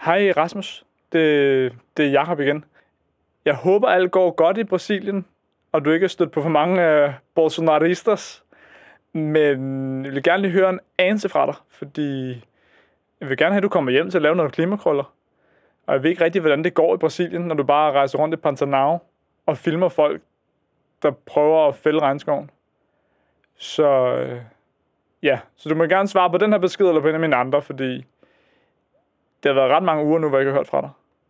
Hej Rasmus, det er Jakob igen. Jeg håber, alt går godt i Brasilien, og du ikke er stødt på for mange bolsonaristas. Men jeg vil gerne lige høre en anelse fra dig, fordi jeg vil gerne have, at du kommer hjem til at lave noget klimakrøller. Og jeg ved ikke rigtig, hvordan det går i Brasilien, når du bare rejser rundt i Pantanal og filmer folk, der prøver at fælde regnskoven. Så så du må gerne svare på den her besked eller på en af mine andre, fordi det har været ret mange uger nu, hvor jeg ikke har hørt fra dig.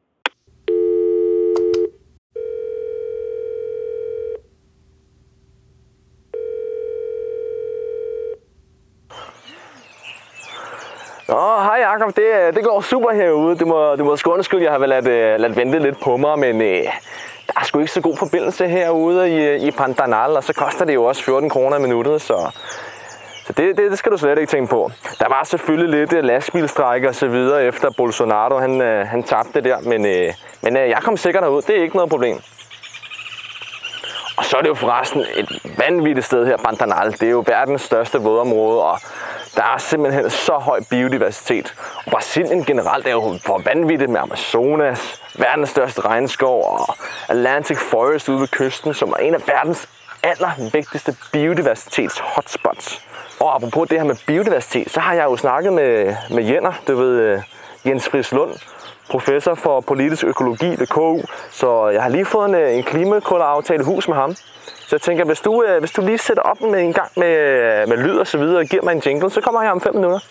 Hej Jakob, det går super herude. Du må sgu undskylde, jeg har vel ladt vente lidt på mig, men der er sgu ikke så god forbindelse herude i Pantanal, og så koster det jo også 14 kroner i minuttet, så det skal du slet ikke tænke på. Der var selvfølgelig lidt lastbilstrække og så videre efter Bolsonaro, han tabte der, men jeg kom sikkert herud, det er ikke noget problem. Og så er det jo forresten et vanvittigt sted her, Pantanal. Det er jo verdens største vådområde, og der er simpelthen så høj biodiversitet. Og Brasilien generelt er jo for vanvittigt med Amazonas, verdens største regnskov og Atlantic Forest ude ved kysten, som er en af verdens allervigtigste biodiversitets-hotspots. Og apropos det her med biodiversitet, så har jeg jo snakket med Jenner, du ved, Jens Friis Lund, professor for politisk økologi ved KU. Så jeg har lige fået en klimakrølleraftale i hus med ham. Så jeg tænker, hvis du lige sætter op med en gang med lyd og så videre og giver mig en jingle, så kommer jeg om 5 minutter.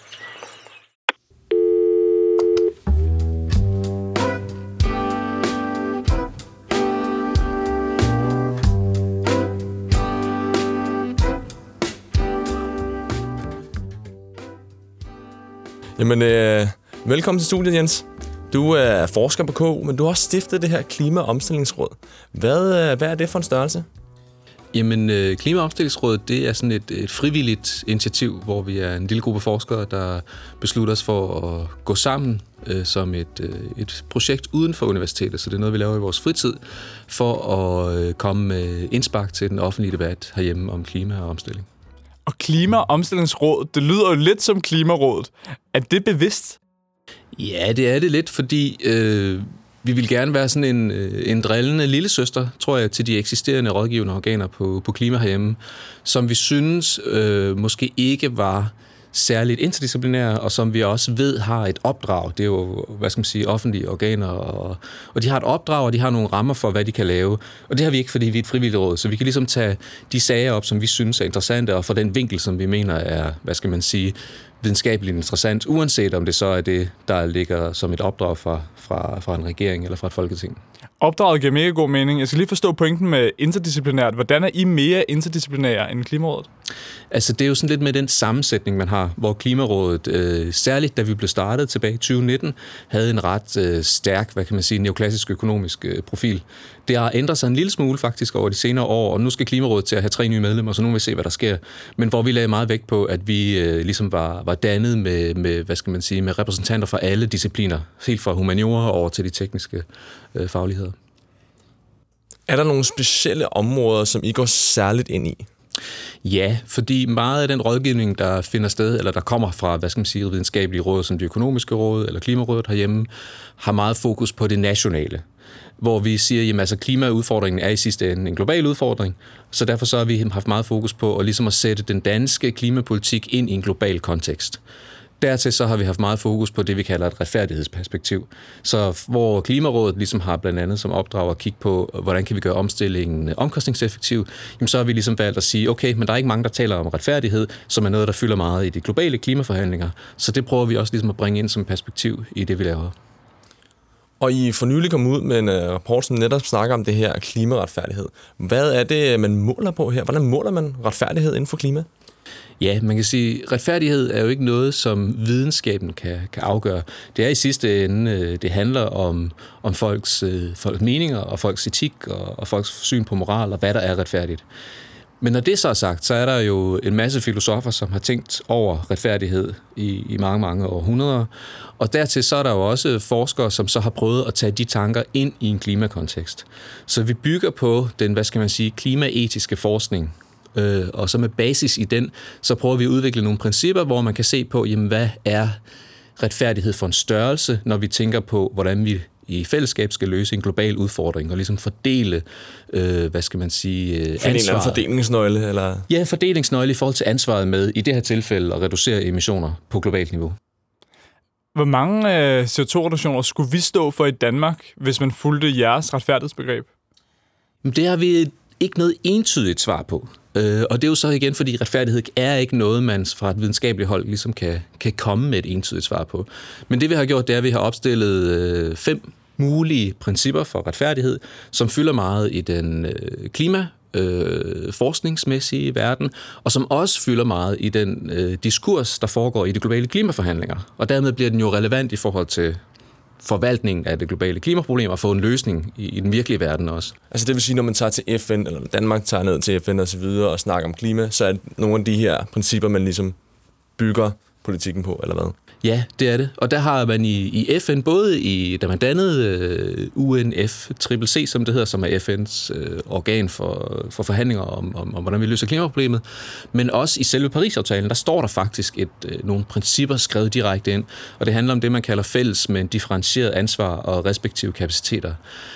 Jamen, velkommen til studiet, Jens. Du er forsker på KU, men du har også stiftet det her Klimaomstillingsråd. Hvad er det for en størrelse? Jamen, Klimaomstillingsrådet, det er sådan et frivilligt initiativ, hvor vi er en lille gruppe forskere, der beslutter os for at gå sammen som et projekt uden for universitetet. Så det er noget, vi laver i vores fritid, for at komme med indspark til den offentlige debat herhjemme om klima og omstilling. Og Klimaomstillingsråd, det lyder jo lidt som Klimarådet. Er det bevidst? Ja, det er det lidt, fordi vi vil gerne være sådan en drillende lillesøster, tror jeg, til de eksisterende rådgivende organer på klima herhjemme, som vi synes måske ikke var særligt interdisciplinære, og som vi også ved har et opdrag. Det er jo, offentlige organer, og de har et opdrag, og de har nogle rammer for, hvad de kan lave. Og det har vi ikke, fordi vi er et frivilligt råd, så vi kan ligesom tage de sager op, som vi synes er interessante, og for den vinkel, som vi mener er, videnskabeligt interessant, uanset om det så er det, der ligger som et opdrag fra en regering eller fra et folketing. Opdraget giver mega god mening. Jeg skal lige forstå pointen med interdisciplinært. Hvordan er I mere interdisciplinære end Klimarådet? Altså, det er jo sådan lidt med den sammensætning, man har, hvor Klimarådet, særligt da vi blev startet tilbage i 2019, havde en ret stærk, neoklassisk økonomisk profil. Det har ændret sig en lille smule faktisk over de senere år, og nu skal Klimarådet til at have 3 nye medlemmer, så nu vil vi se, hvad der sker. Men hvor vi lagde meget vægt på, at vi ligesom var dannet med repræsentanter fra alle discipliner, helt fra humaniora over til de tekniske fagligheder. Er der nogle specielle områder, som I går særligt ind i? Ja, fordi meget af den rådgivning, der finder sted, eller der kommer fra, videnskabelige råd, som det økonomiske råd eller Klimarådet herhjemme, har meget fokus på det nationale. Hvor vi siger, at klimaudfordringen er i sidste ende en global udfordring, så derfor så har vi haft meget fokus på at sætte den danske klimapolitik ind i en global kontekst. Dertil så har vi haft meget fokus på det, vi kalder et retfærdighedsperspektiv. Så hvor Klimarådet ligesom har blandt andet som opdrag at kigge på, hvordan kan vi gøre omstillingen omkostningseffektiv, jamen så har vi ligesom valgt at sige, okay, men der er ikke mange, der taler om retfærdighed, som er noget, der fylder meget i de globale klimaforhandlinger. Så det prøver vi også ligesom at bringe ind som perspektiv i det, vi laver. Og I for nylig kom ud med en rapport, som netop snakker om det her klimaretfærdighed. Hvad er det, man måler på her? Hvordan måler man retfærdighed inden for klima? Ja, man kan sige, at retfærdighed er jo ikke noget, som videnskaben kan afgøre. Det er i sidste ende, det handler om folks meninger og folks etik og folks syn på moral og hvad der er retfærdigt. Men når det så er sagt, så er der jo en masse filosofer, som har tænkt over retfærdighed i mange, mange århundreder. Og dertil så er der jo også forskere, som så har prøvet at tage de tanker ind i en klimakontekst. Så vi bygger på den, klimaetiske forskning. Og så med basis i den, så prøver vi at udvikle nogle principper, hvor man kan se på, jamen, hvad er retfærdighed for en størrelse, når vi tænker på, hvordan vi i fællesskab skal løse en global udfordring og ligesom fordele, ansvaret. En eller anden fordelingsnøgle? Eller? Ja, fordelingsnøgle i forhold til ansvaret med, i det her tilfælde, at reducere emissioner på globalt niveau. Hvor mange CO2-reduktioner skulle vi stå for i Danmark, hvis man fulgte jeres retfærdighedsbegreb? Det har vi ikke noget entydigt svar på. Og det er jo så igen, fordi retfærdighed er ikke noget, man fra et videnskabeligt hold ligesom kan komme med et entydigt svar på. Men det vi har gjort, det er, at vi har opstillet 5 mulige principper for retfærdighed, som fylder meget i den forskningsmæssige verden, og som også fylder meget i den diskurs, der foregår i de globale klimaforhandlinger. Og dermed bliver den jo relevant i forhold til forvaltningen af det globale klimaproblem og få en løsning i den virkelige verden også. Altså det vil sige, når man tager til FN, eller Danmark tager ned til FN og så videre og snakker om klima, så er det nogle af de her principper, man ligesom bygger politikken på, eller hvad? Ja, det er det. Og der har man i FN, både da man dannede UNFCCC, som det hedder, som er FN's organ for forhandlinger om, hvordan vi løser klimaproblemet, men også i selve Paris-aftalen, der står der faktisk nogle principper skrevet direkte ind, og det handler om det, man kalder fælles, men differentieret ansvar og respektive kapaciteter.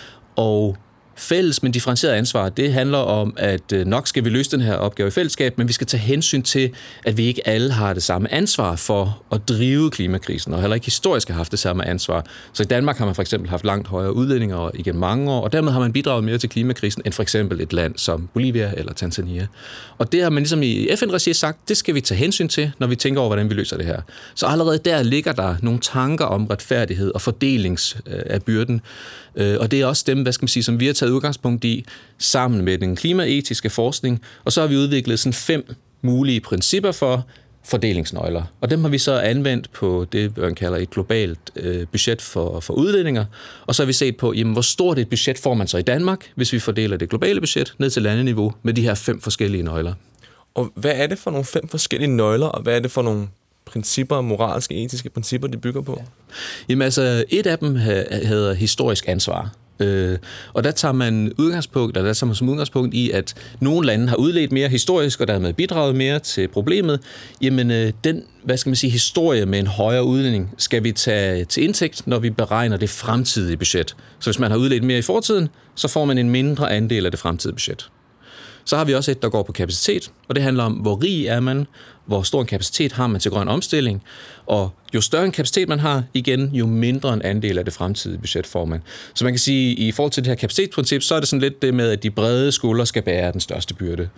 Og fælles, men differentieret ansvar, det handler om, at nok skal vi løse den her opgave i fællesskab, men vi skal tage hensyn til, at vi ikke alle har det samme ansvar for at drive klimakrisen, og heller ikke historisk har haft det samme ansvar. Så i Danmark har man for eksempel haft langt højere udledninger igennem mange år, og dermed har man bidraget mere til klimakrisen end for eksempel et land som Bolivia eller Tanzania. Og det har man ligesom i FN-regi sagt, det skal vi tage hensyn til, når vi tænker over, hvordan vi løser det her. Så allerede der ligger der nogle tanker om retfærdighed og fordelings af byrden, og det er også dem, som vi har taget udgangspunkt i, sammen med den klimaetiske forskning, og så har vi udviklet sådan 5 mulige principper for fordelingsnøgler. Og dem har vi så anvendt på det, man kalder et globalt budget for udledninger, og så har vi set på, jamen, hvor stort et budget får man så i Danmark, hvis vi fordeler det globale budget ned til landeniveau med de her 5 forskellige nøgler. Og hvad er det for nogle 5 forskellige nøgler, og hvad er det for nogle principper, moralske, etiske principper, de bygger på? Jamen altså, et af dem hedder historisk ansvar. Og der tager man som udgangspunkt i, at nogle lande har udledt mere historisk, og dermed bidraget mere til problemet. Jamen, den, historie med en højere udledning, skal vi tage til indtægt, når vi beregner det fremtidige budget. Så hvis man har udledt mere i fortiden, så får man en mindre andel af det fremtidige budget. Så har vi også et, der går på kapacitet, og det handler om, hvor rig er man, hvor stor en kapacitet har man til grøn omstilling, og jo større en kapacitet man har, igen, jo mindre en andel af det fremtidige budget får man. Så man kan sige, i forhold til det her kapacitetsprincip, så er det sådan lidt det med, at de brede skuldre skal bære den største byrde.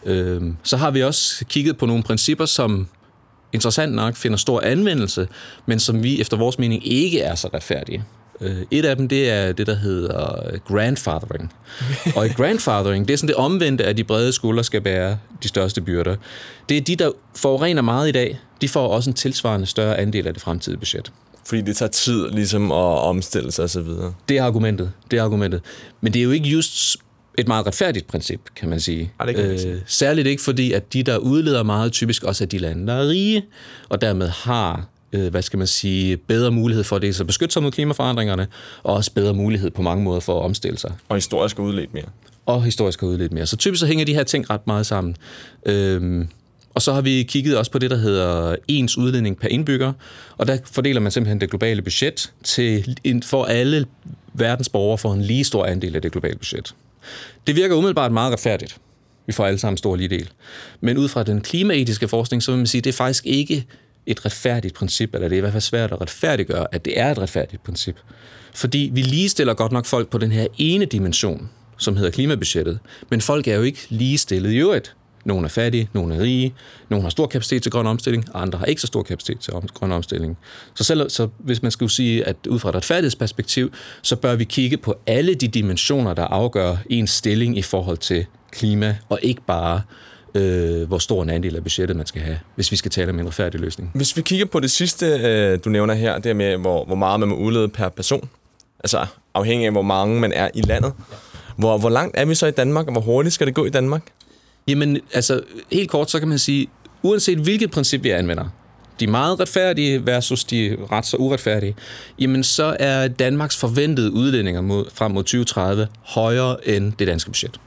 Så har vi også kigget på nogle principper, som interessant nok finder stor anvendelse, men som vi efter vores mening ikke er så retfærdige. Et af dem, det er det, der hedder grandfathering. Og i grandfathering, det er sådan det omvendte, at de brede skuldre skal bære de største byrder. Det er de, der forurener meget i dag, de får også en tilsvarende større andel af det fremtidige budget. Fordi det tager tid ligesom at omstille sig og så videre. Det er argumentet. Men det er jo ikke just et meget retfærdigt princip, kan man sige. Særligt ikke, fordi at de, der udleder meget, typisk også er de lande, der er rige, og dermed har bedre mulighed for det, så beskytte sig mod klimaforandringerne, og også bedre mulighed på mange måder for at omstille sig. Og historisk har udledt mere. Så typisk så hænger de her ting ret meget sammen. Og så har vi kigget også på det, der hedder ens udledning per indbygger, og der fordeler man simpelthen det globale budget for alle verdens borgere for en lige stor andel af det globale budget. Det virker umiddelbart meget retfærdigt. Vi får alle sammen stor lige del. Men ud fra den klimaetiske forskning, så vil man sige, at det er faktisk ikke et retfærdigt princip, eller det er i hvert fald svært at retfærdiggøre, at det er et retfærdigt princip. Fordi vi ligestiller godt nok folk på den her ene dimension, som hedder klimabudgettet, men folk er jo ikke ligestillet i øvrigt. Nogle er fattige, nogle er rige, nogle har stor kapacitet til grøn omstilling, andre har ikke så stor kapacitet til grøn omstilling. Så hvis man skulle sige, at ud fra et retfærdighedsperspektiv, så bør vi kigge på alle de dimensioner, der afgør ens stilling i forhold til klima, og ikke bare hvor stor en andel af budgettet man skal have, hvis vi skal tale om en retfærdig løsning. Hvis vi kigger på det sidste, du nævner her, det med, hvor meget man må udlede per person, altså afhængig af, hvor mange man er i landet. Hvor langt er vi så i Danmark, og hvor hurtigt skal det gå i Danmark? Jamen, altså helt kort, så kan man sige, uanset hvilket princip vi anvender, de meget retfærdige versus de ret så uretfærdige, jamen så er Danmarks forventede udledninger frem mod 2030 højere end det danske budget.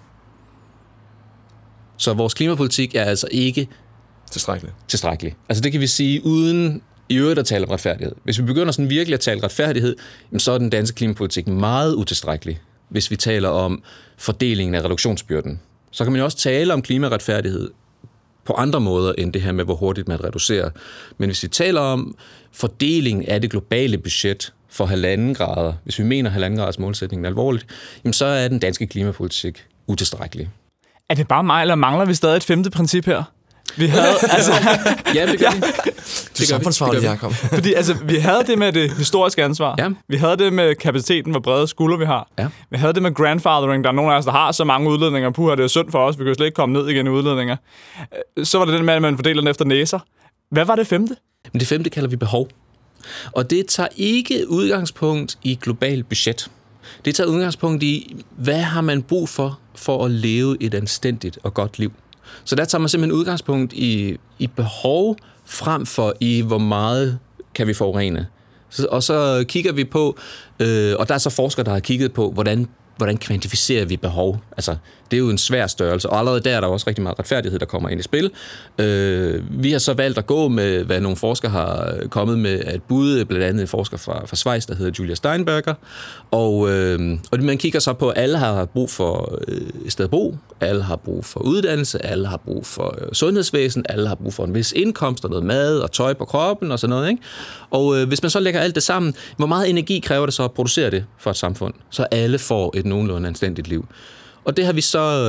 Så vores klimapolitik er altså ikke tilstrækkelig. Altså det kan vi sige uden i øvrigt at tale om retfærdighed. Hvis vi begynder sådan virkelig at tale retfærdighed, så er den danske klimapolitik meget utilstrækkelig. Hvis vi taler om fordelingen af reduktionsbyrden, så kan man jo også tale om klimaretfærdighed på andre måder end det her med, hvor hurtigt man reducerer. Men hvis vi taler om fordelingen af det globale budget for 1,5 grader, hvis vi mener 1,5 graders målsætningen alvorligt, jamen så er den danske klimapolitik utilstrækkelig. Er det bare mig, eller mangler vi stadig et 5. princip her? Vi havde, altså... Ja, det gør vi. Du er samfundsfaglig, Jacob. Fordi vi havde det med det historiske ansvar. Ja. Vi havde det med kapaciteten, hvor brede skuldre vi har. Ja. Vi havde det med grandfathering. Der er nogle af os, der har så mange udledninger. Puha, det er synd for os. Vi kan jo slet ikke komme ned igen i udledninger. Så var det den med, at man fordeler den efter næser. Hvad var det 5.? Men det 5. kalder vi behov. Og det tager ikke udgangspunkt i globalt budget. Det tager udgangspunkt i, hvad har man brug for at leve et anstændigt og godt liv. Så der tager man simpelthen udgangspunkt i behov, frem for i, hvor meget kan vi forurene. Og så kigger vi på, og der er så forskere, der har kigget på, hvordan kvantificerer vi behov? Altså, det er jo en svær størrelse, og allerede der er der også rigtig meget retfærdighed, der kommer ind i spil. Vi har så valgt at gå med, hvad nogle forskere har kommet med at bud, blandt andet en forsker fra Schweiz, der hedder Julia Steinberger, og man kigger så på, at alle har brug for et sted at bo, alle har brug for uddannelse, alle har brug for sundhedsvæsen, alle har brug for en vis indkomst og noget mad og tøj på kroppen og sådan noget, ikke? Og hvis man så lægger alt det sammen, hvor meget energi kræver det så at producere det for et samfund, så alle får et nogenlunde anstændigt liv. Og det har vi så,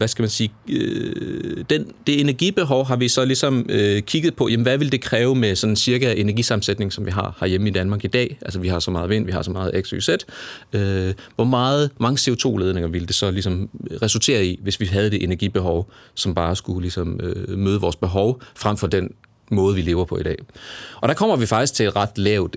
det energibehov har vi så ligesom kigget på, jamen hvad vil det kræve med sådan cirka energisammensætning, som vi har herhjemme i Danmark i dag? Altså vi har så meget vind, vi har så meget X, Y, Z. Hvor mange CO2-ledninger ville det så ligesom resultere i, hvis vi havde det energibehov, som bare skulle ligesom møde vores behov, frem for den måde, vi lever på i dag. Og der kommer vi faktisk til et ret lavt,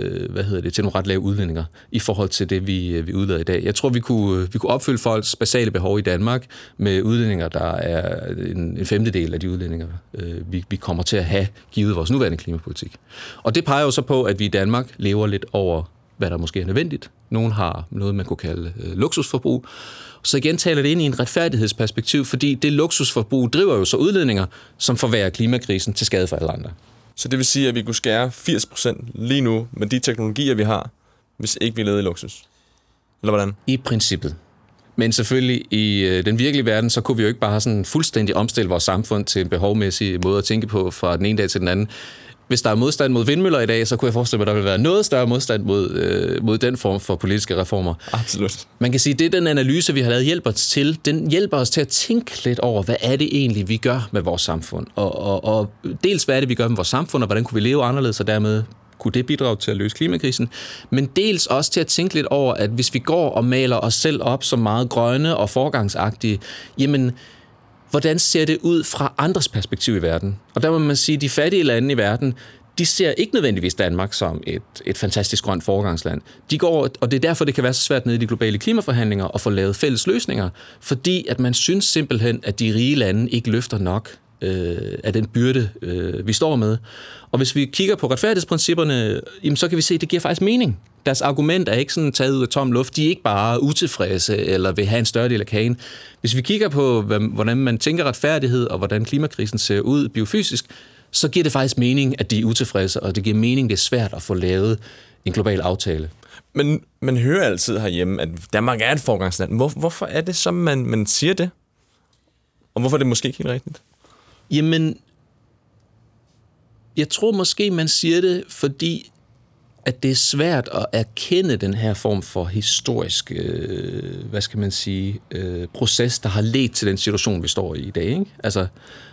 til nogle ret lave udledninger i forhold til det, vi udleder i dag. Jeg tror, vi kunne opfylde folks basale behov i Danmark med udledninger, der er en 1/5 af de udledninger, vi kommer til at have givet vores nuværende klimapolitik. Og det peger jo så på, at vi i Danmark lever lidt over, hvad der måske er nødvendigt. Nogle har noget, man kunne kalde luksusforbrug. Så igen taler det ind i en retfærdighedsperspektiv, fordi det luksusforbrug driver jo så udledninger, som forværrer klimakrisen til skade for alle andre. Så det vil sige, at vi kunne skære 80% lige nu med de teknologier, vi har, hvis ikke vi levede i luksus? Eller hvordan? I princippet. Men selvfølgelig i den virkelige verden, så kunne vi jo ikke bare sådan fuldstændig omstille vores samfund til en behovmæssig måde at tænke på fra den ene dag til den anden. Hvis der er modstand mod vindmøller i dag, så kunne jeg forestille mig, at der vil være noget større modstand mod den form for politiske reformer. Absolut. Man kan sige, at det er den analyse, vi har lavet, hjælper os til. Den hjælper os til at tænke lidt over, hvad er det egentlig, vi gør med vores samfund. Og dels, hvad er det, vi gør med vores samfund, og hvordan kunne vi leve anderledes, og dermed kunne det bidrage til at løse klimakrisen. Men dels også til at tænke lidt over, at hvis vi går og maler os selv op som meget grønne og forgangsagtige, jamen hvordan ser det ud fra andres perspektiv i verden? Og der må man sige, at de fattige lande i verden, de ser ikke nødvendigvis Danmark som et fantastisk grønt foregangsland. De går, og det er derfor, det kan være så svært nede i de globale klimaforhandlinger at få lavet fælles løsninger, fordi at man synes simpelthen, at de rige lande ikke løfter nok af den byrde, vi står med. Og hvis vi kigger på retfærdighedsprincipperne, jamen, så kan vi se, at det giver faktisk mening. Deres argument er ikke sådan taget ud af tom luft. De er ikke bare utilfredse eller vil have en større del af kagen. Hvis vi kigger på, hvordan man tænker retfærdighed og hvordan klimakrisen ser ud biofysisk, så giver det faktisk mening, at de er utilfredse, og det giver mening, det er svært at få lavet en global aftale. Men man hører altid herhjemme, at Danmark er et foregangsland. Hvorfor er det så, man siger det? Og hvorfor er det måske ikke helt rigtigt? Jamen, jeg tror måske, man siger det, fordi at det er svært at erkende den her form for historisk, proces, der har ledt til den situation, vi står i dag, ikke? Altså,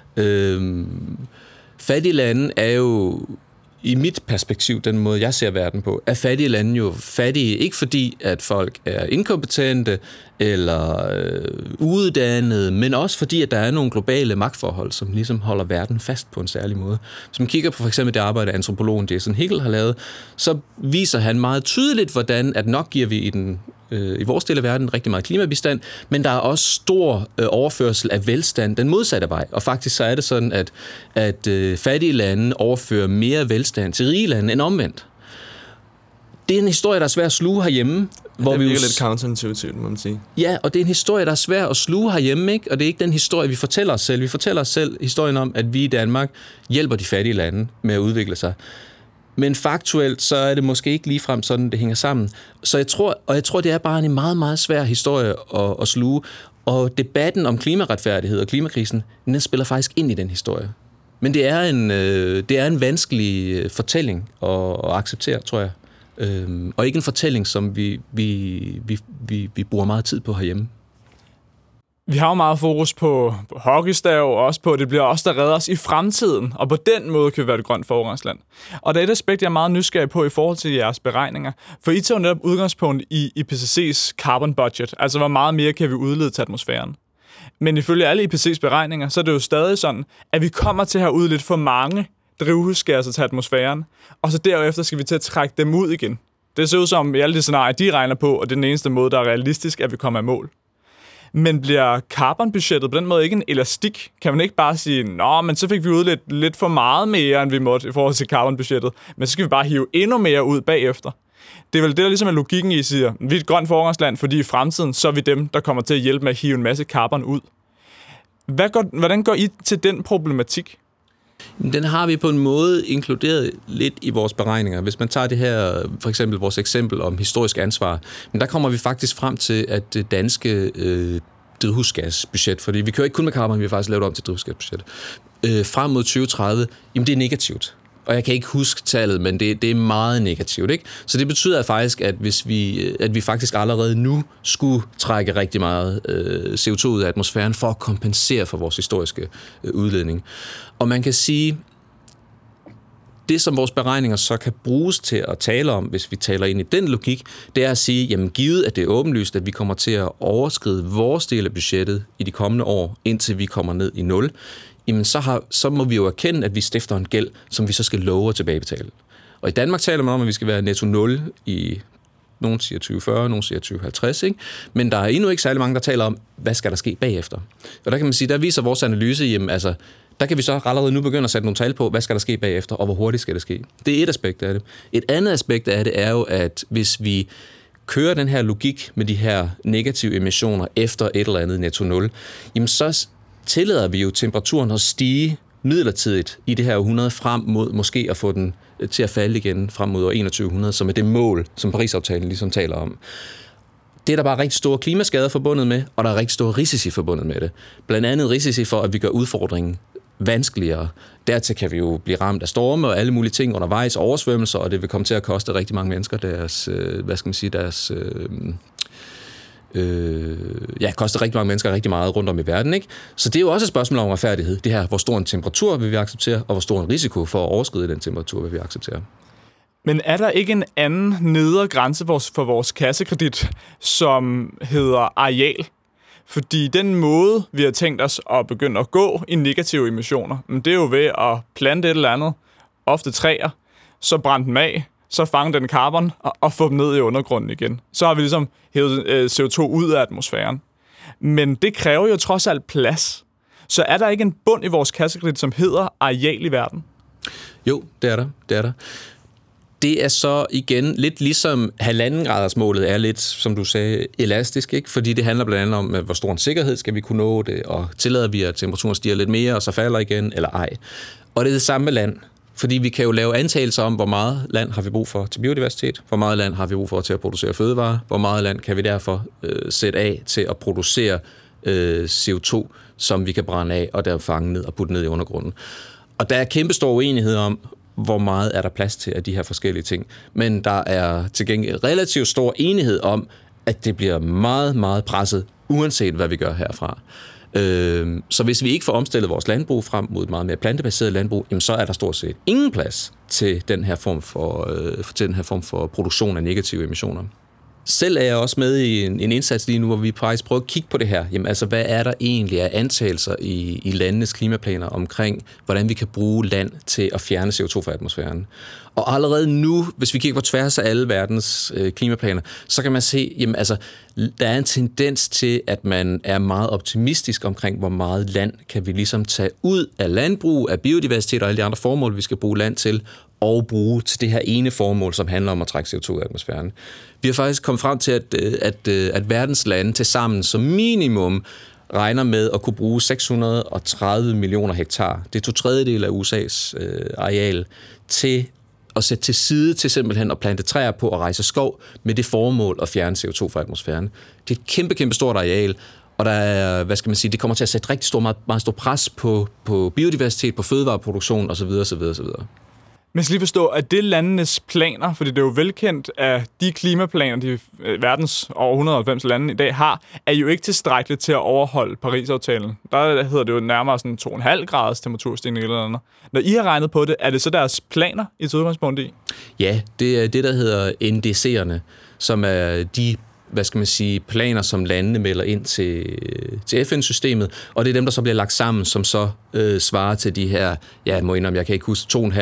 fattige lande er jo, i mit perspektiv, den måde, jeg ser verden på, er fattige lande jo fattige, ikke fordi, at folk er inkompetente eller uuddannede, men også fordi, at der er nogle globale magtforhold, som ligesom holder verden fast på en særlig måde. Hvis man kigger på for eksempel det arbejde, antropologen Jason Hickel har lavet, så viser han meget tydeligt, hvordan at nok giver vi i vores del af verden rigtig meget klimabistand, men der er også stor overførsel af velstand den modsatte vej. Og faktisk så er det sådan, at fattige lande overfører mere velstand til rige lande end omvendt. Det er en historie, der er svær at sluge herhjemme. Hvor det virker lidt counterintuitivt, må man sige. Ja, og det er en historie, der er svær at sluge herhjemme, ikke? Og det er ikke den historie, vi fortæller os selv. Vi fortæller os selv historien om, at vi i Danmark hjælper de fattige lande med at udvikle sig. Men faktuelt, så er det måske ikke ligefrem sådan, det hænger sammen. Så jeg tror, det er bare en meget, meget svær historie at sluge. Og debatten om klimaretfærdighed og klimakrisen, den spiller faktisk ind i den historie. Men det er en vanskelig fortælling at acceptere, tror jeg. Og ikke en fortælling, som vi bruger meget tid på herhjemme. Vi har jo meget fokus på hockeystav, og også på, at det bliver os, der redder os i fremtiden, og på den måde kan vi være et grønt foregangsland. Og der er et aspekt, jeg er meget nysgerrig på i forhold til jeres beregninger, for I tager jo netop udgangspunkt i IPCC's carbon budget, altså hvor meget mere kan vi udlede til atmosfæren. Men ifølge alle IPCC's beregninger, så er det jo stadig sådan, at vi kommer til at have udledt for mange drivhusgasser til atmosfæren, og så derefter skal vi til at trække dem ud igen. Det ser ud som, i alle de scenarier, de regner på, og det er den eneste måde, der er realistisk, at vi kommer i mål. Men bliver carbonbudgettet på den måde ikke en elastik? Kan man ikke bare sige, men så fik vi udledt lidt for meget mere, end vi måtte i forhold til carbonbudgettet, men så skal vi bare hive endnu mere ud bagefter? Det er vel det, der ligesom er logikken i, at siger, vi er et grønt foregangsland, fordi i fremtiden, så er vi dem, der kommer til at hjælpe med at hive en masse carbon ud. Hvordan går I til den problematik? Den har vi på en måde inkluderet lidt i vores beregninger. Hvis man tager det her, for eksempel vores eksempel om historisk ansvar, men der kommer vi faktisk frem til, at det danske drivhusgasbudget, fordi vi kører ikke kun med carbon, vi har faktisk lavet om til drivhusgasbudget, frem mod 2030, jamen det er negativt. Og jeg kan ikke huske tallet, men det er meget negativt, ikke? Så det betyder faktisk, at vi faktisk allerede nu skulle trække rigtig meget CO2 ud af atmosfæren for at kompensere for vores historiske udledning. Og man kan sige, det som vores beregninger så kan bruges til at tale om, hvis vi taler ind i den logik, det er at sige, jamen givet at det er åbenlyst, at vi kommer til at overskride vores del af budgettet i de kommende år, indtil vi kommer ned i 0, jamen så må vi jo erkende, at vi stifter en gæld, som vi så skal love at tilbagebetale. Og i Danmark taler man om, at vi skal være netto 0 i, nogen siger 2040, nogen siger 2050, ikke? Men der er endnu ikke særlig mange, der taler om, hvad skal der ske bagefter. Og der kan man sige, der viser vores analyse, jamen altså, der kan vi så allerede nu begynde at sætte nogle tal på, hvad skal der ske bagefter, og hvor hurtigt skal det ske. Det er et aspekt af det. Et andet aspekt af det er jo, at hvis vi kører den her logik med de her negative emissioner efter et eller andet netto 0, jamen så tillader vi jo temperaturen at stige midlertidigt i det her århundrede frem mod måske at få den til at falde igen frem mod år 2100, som er det mål, som Paris-aftalen ligesom taler om. Det er der bare rigtig store klimaskader forbundet med, og der er rigtig store risici forbundet med det. Blandt andet risici for, at vi gør udfordringen vanskeligere. Dertil kan vi jo blive ramt af storme og alle mulige ting undervejs, oversvømmelser, og det vil komme til at koste rigtig mange mennesker koster rigtig mange mennesker rigtig meget rundt om i verden, ikke? Så det er jo også et spørgsmål om retfærdighed. Det her, hvor stor en temperatur vil vi acceptere, og hvor stor en risiko for at overskride den temperatur vil vi acceptere. Men er der ikke en anden nedre grænse for vores kassekredit, som hedder areal? Fordi den måde, vi har tænkt os at begynde at gå i negative emissioner, det er jo ved at plante et eller andet, ofte træer, så brænde dem af, så fange den carbon og få dem ned i undergrunden igen. Så har vi ligesom hævet CO2 ud af atmosfæren. Men det kræver jo trods alt plads. Så er der ikke en bund i vores kassekredit, som hedder areal i verden? Jo, det er der. Det er så igen lidt ligesom 1,5-gradersmålet er lidt, som du sagde, elastisk, ikke? Fordi det handler blandt andet om, hvor stor en sikkerhed skal vi kunne nå det, og tillader vi, at temperaturen stiger lidt mere, og så falder igen, eller ej. Og det er det samme med land. Fordi vi kan jo lave antagelser om, hvor meget land har vi brug for til biodiversitet, hvor meget land har vi brug for til at producere fødevarer, hvor meget land kan vi derfor sætte af til at producere CO2, som vi kan brænde af, og der fange ned og putte ned i undergrunden. Og der er kæmpestor uenighed om, hvor meget er der plads til af de her forskellige ting. Men der er til gengæld relativt stor enighed om, at det bliver meget, meget presset, uanset hvad vi gør herfra. Så hvis vi ikke får omstillet vores landbrug frem mod et meget mere plantebaseret landbrug, jamen så er der stort set ingen plads til den her form for produktion af negative emissioner. Selv er jeg også med i en indsats lige nu, hvor vi faktisk prøver at kigge på det her. Jamen altså, hvad er der egentlig af antagelser i landenes klimaplaner omkring, hvordan vi kan bruge land til at fjerne CO2 fra atmosfæren? Og allerede nu, hvis vi kigger på tværs af alle verdens klimaplaner, så kan man se, jamen altså, der er en tendens til, at man er meget optimistisk omkring, hvor meget land kan vi ligesom tage ud af landbrug, af biodiversitet og alle de andre formål, vi skal bruge land til, og bruge til det her ene formål, som handler om at trække CO2 ud af atmosfæren. Vi har faktisk kommet frem til, at verdens lande til sammen som minimum regner med at kunne bruge 630 millioner hektar. Det er 2/3 af USA's areal til at sætte til side til simpelthen at plante træer på og rejse skov med det formål at fjerne CO2 fra atmosfæren. Det er et kæmpe stort areal, og der er, det kommer til at sætte rigtig meget stor pres på biodiversitet, på fødevareproduktion osv. Men skal lige forstå, at det landenes planer, fordi det er jo velkendt, at de klimaplaner, de verdens over 190 lande i dag har, er jo ikke tilstrækkeligt til at overholde Paris-aftalen. Der hedder det jo nærmere sådan 2,5 graders temperaturstigning eller andet. Når I har regnet på det, er det så deres planer, I tager udgangspunkt i? Ja, det er det, der hedder NDC'erne, som er de planer, som landene melder ind til FN-systemet, og det er dem, der så bliver lagt sammen, som så svarer til de her, jeg kan ikke huske, 2,5-2,8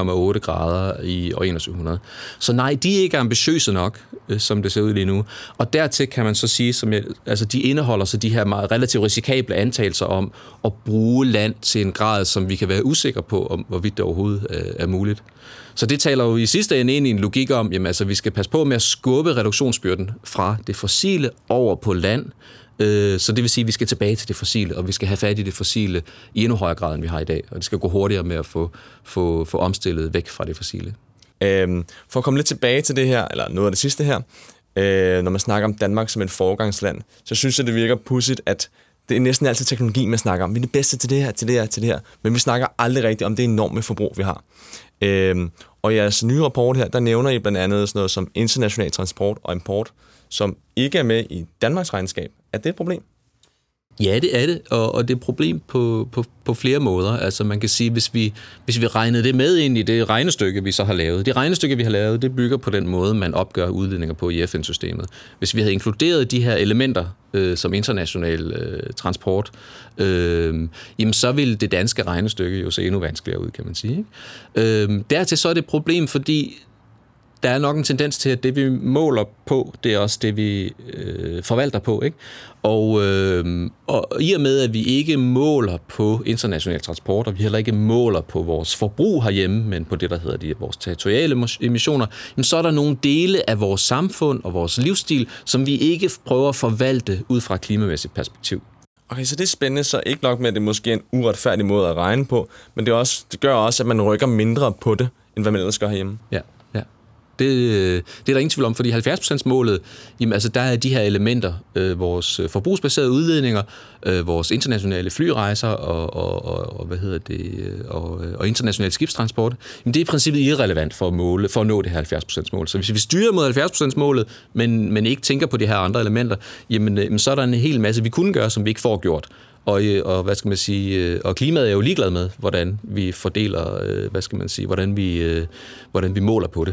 grader i år 2100. Så nej, de er ikke ambitiøse nok, som det ser ud lige nu. Og dertil kan man så sige, de indeholder så de her meget relativt risikable antagelser om at bruge land til en grad, som vi kan være usikre på, om hvorvidt det overhovedet er muligt. Så det taler jo i sidste ende ind i en logik om, vi skal passe på med at skubbe reduktionsbyrden fra det fossile over på land. Så det vil sige, at vi skal tilbage til det fossile, og vi skal have fat i det fossile i endnu højere grad, end vi har i dag. Og det skal gå hurtigere med at få omstillet væk fra det fossile. For at komme lidt tilbage til det her, eller noget af det sidste her, når man snakker om Danmark som et foregangsland, så synes jeg, det virker pudsigt, at det er næsten altid teknologi, man snakker om. Vi er det bedste til det her, til det her, til det her. Men vi snakker aldrig rigtigt om det enorme forbrug, vi har. Og i jeres nye rapport her, der nævner I blandt andet sådan noget som international transport og import, som ikke er med i Danmarks regnskab. Er det et problem? Ja, det er det, og det er et problem på flere måder. Altså man kan sige, hvis vi regnede det med ind i det regnestykke, vi så har lavet. Det regnestykke, vi har lavet, det bygger på den måde, man opgør udledninger på i FN-systemet. Hvis vi havde inkluderet de her elementer som international transport, jamen så ville det danske regnestykke jo se endnu vanskeligere ud, kan man sige. Dertil så er det et problem, fordi der er nok en tendens til, at det, vi måler på, det er også det, vi forvalter på, ikke? Og i og med, at vi ikke måler på international transport, og vi heller ikke måler på vores forbrug herhjemme, men på det, der hedder vores territoriale emissioner, jamen, så er der nogle dele af vores samfund og vores livsstil, som vi ikke prøver at forvalte ud fra et klimamæssigt perspektiv. Okay, så det er spændende, så ikke nok med, at det måske er en uretfærdig måde at regne på, men det gør også, at man rykker mindre på det, end hvad man ellers gør herhjemme. Ja. Det er der ingen tvivl om, fordi 70%-målet, jamen altså der er de her elementer, vores forbrugsbaserede udledninger, vores internationale flyrejser og international skibstransport, jamen det er i princippet irrelevant for at nå det her 70%-mål. Så hvis vi styrer mod 70%-målet, men ikke tænker på de her andre elementer, jamen så er der en hel masse, vi kunne gøre, som vi ikke får gjort. Og klimaet er jo ligeglad med, hvordan vi fordeler, hvordan vi måler på det.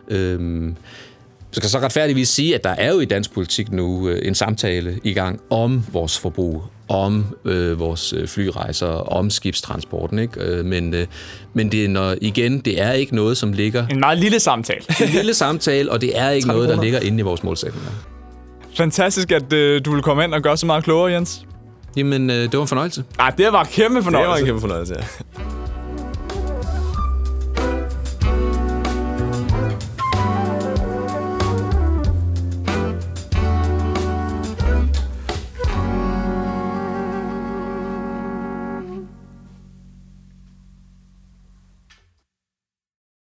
Så skal så retfærdigvis sige, at der er jo i dansk politik nu en samtale i gang om vores forbrug, om vores flyrejser, om skibstransporten, ikke? Men det er det er ikke noget, som ligger... En meget lille samtale. En lille samtale, og det er ikke noget, der ligger inde i vores målsætninger. Fantastisk, at du vil komme ind og gøre så meget klogere, Jens. Jamen, det var en fornøjelse. Det var en kæmpe fornøjelse. Det var en kæmpe fornøjelse, ja.